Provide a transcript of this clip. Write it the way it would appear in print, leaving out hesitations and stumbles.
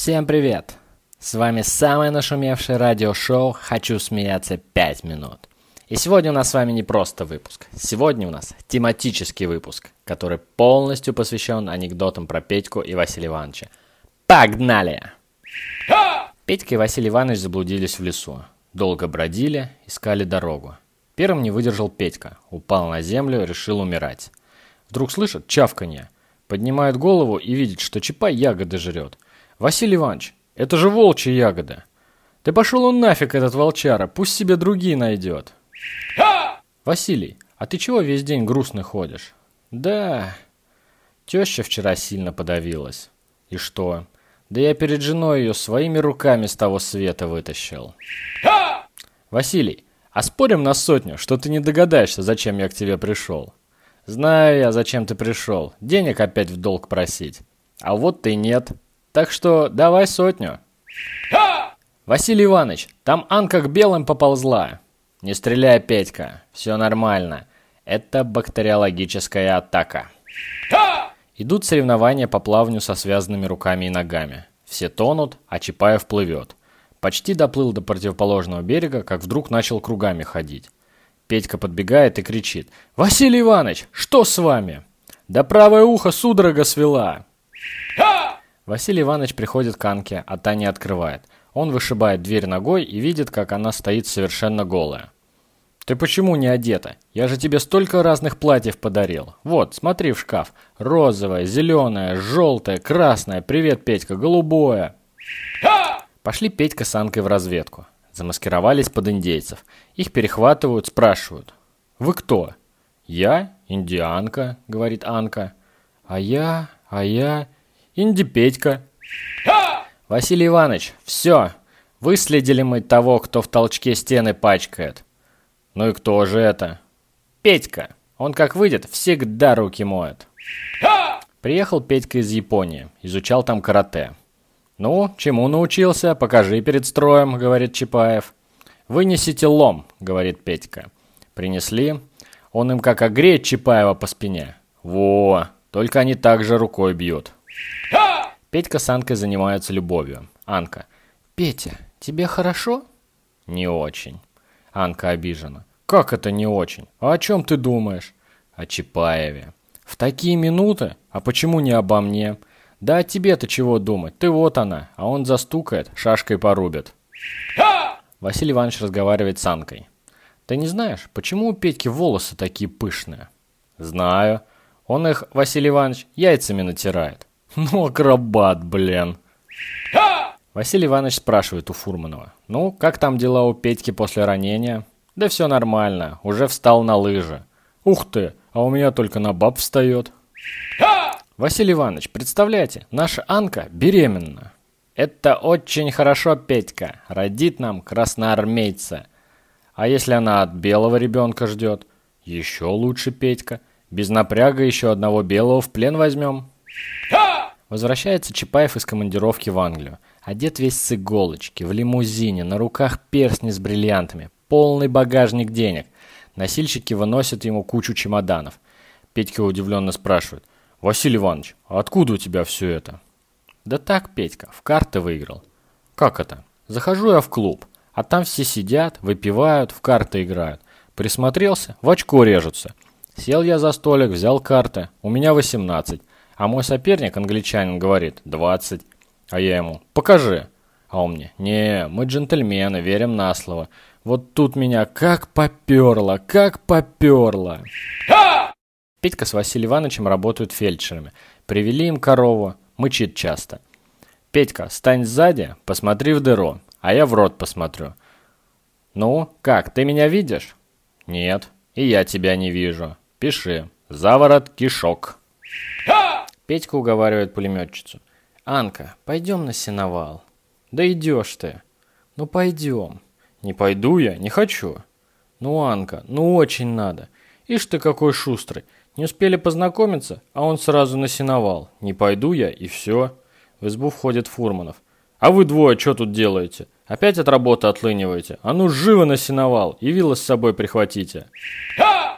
Всем привет! С вами самое нашумевшее радиошоу «Хочу смеяться 5 минут». И сегодня у нас с вами не просто выпуск. Сегодня у нас тематический выпуск, который полностью посвящен анекдотам про Петьку и Василия Ивановича. Погнали! Петька и Василий Иванович заблудились в лесу. Долго бродили, искали дорогу. Первым не выдержал Петька. Упал на землю, решил умирать. Вдруг слышит чавканье. Поднимает голову и видит, что Чапай ягоды жрет. «Василий Иванович, это же волчья ягода!» «Да пошел он нафиг, этот волчара, пусть себе другие найдет!» «Василий, а ты чего весь день грустный ходишь?» «Да, теща вчера сильно подавилась». «И что?» «Да я перед женой ее своими руками с того света вытащил». «Василий, а спорим на 100, что ты не догадаешься, зачем я к тебе пришел?» «Знаю я, зачем ты пришел. Денег опять в долг просить. А вот ты нет. Так что давай 100. «Василий Иванович, там Анка к белым поползла». «Не стреляй, Петька, все нормально. Это бактериологическая атака». Идут соревнования по плаванию со связанными руками и ногами. Все тонут, а Чапаев плывет. Почти доплыл до противоположного берега, как вдруг начал кругами ходить. Петька подбегает и кричит: «Василий Иванович, что с вами?» «Да правое ухо судорога свела». Василий Иванович приходит к Анке, а та не открывает. Он вышибает дверь ногой и видит, как она стоит совершенно голая. «Ты почему не одета? Я же тебе столько разных платьев подарил. Вот, смотри в шкаф. Розовое, зеленое, желтое, красное. Привет, Петька, голубое». Пошли Петька с Анкой в разведку. Замаскировались под индейцев. Их перехватывают, спрашивают: «Вы кто?» «Я индианка», — говорит Анка. А я... Инди Петька». «Василий Иванович, все. Выследили мы того, кто в толчке стены пачкает». «Ну и кто же это?» «Петька. Он как выйдет, всегда руки моет». Приехал Петька из Японии. Изучал там карате. «Ну, чему научился? Покажи перед строем», — говорит Чапаев. «Вынесите лом», — говорит Петька. Принесли. Он им как огреет Чапаева по спине. Во, только они так же рукой бьют. Петька с Анкой занимаются любовью. Анка: «Петя, тебе хорошо?» «Не очень». Анка обижена: «Как это не очень? А о чем ты думаешь?» «О Чапаеве». «В такие минуты? А почему не обо мне?» «Да о тебе-то чего думать? Ты вот она, а он застукает, шашкой порубит». Василий Иванович разговаривает с Анкой. «Ты не знаешь, почему у Петьки волосы такие пышные?» «Знаю. Он их, Василий Иванович, яйцами натирает». «Ну, акробат, блин». Василий Иванович спрашивает у Фурманова: «Ну, как там дела у Петьки после ранения?» «Да все нормально, уже встал на лыжи». «Ух ты, а у меня только на баб встает». «Василий Иванович, представляете, наша Анка беременна». «Это очень хорошо, Петька, родит нам красноармейца». «А если она от белого ребенка ждет?» «Еще лучше, Петька, без напряга еще одного белого в плен возьмем». Возвращается Чапаев из командировки в Англию. Одет весь с иголочки, в лимузине, на руках перстни с бриллиантами, полный багажник денег. Носильщики выносят ему кучу чемоданов. Петька удивленно спрашивает: «Василий Иванович, а откуда у тебя все это?» «Да так, Петька, в карты выиграл». «Как это?» «Захожу я в клуб, а там все сидят, выпивают, в карты играют. Присмотрелся, в очко режутся. Сел я за столик, взял карты, у меня 18, а мой соперник, англичанин, говорит 20. А я ему: покажи. А он мне: не, мы джентльмены, верим на слово. Вот тут меня как поперло, как поперло». Петька с Василием Ивановичем работают фельдшерами. Привели им корову, мычит часто. «Петька, стань сзади, посмотри в дыру, а я в рот посмотрю». «Ну, как, ты меня видишь?» «Нет, и я тебя не вижу. Пиши: заворот кишок». Петька уговаривает пулеметчицу: «Анка, пойдем на сеновал». «Да идешь ты». «Ну пойдем». «Не пойду я, не хочу». «Ну, Анка, ну очень надо. Ишь ты какой шустрый. Не успели познакомиться, а он сразу на сеновал. Не пойду я, и все». В избу входит Фурманов. «А вы двое что тут делаете? Опять от работы отлыниваете? А ну живо на сеновал и вилы с собой прихватите».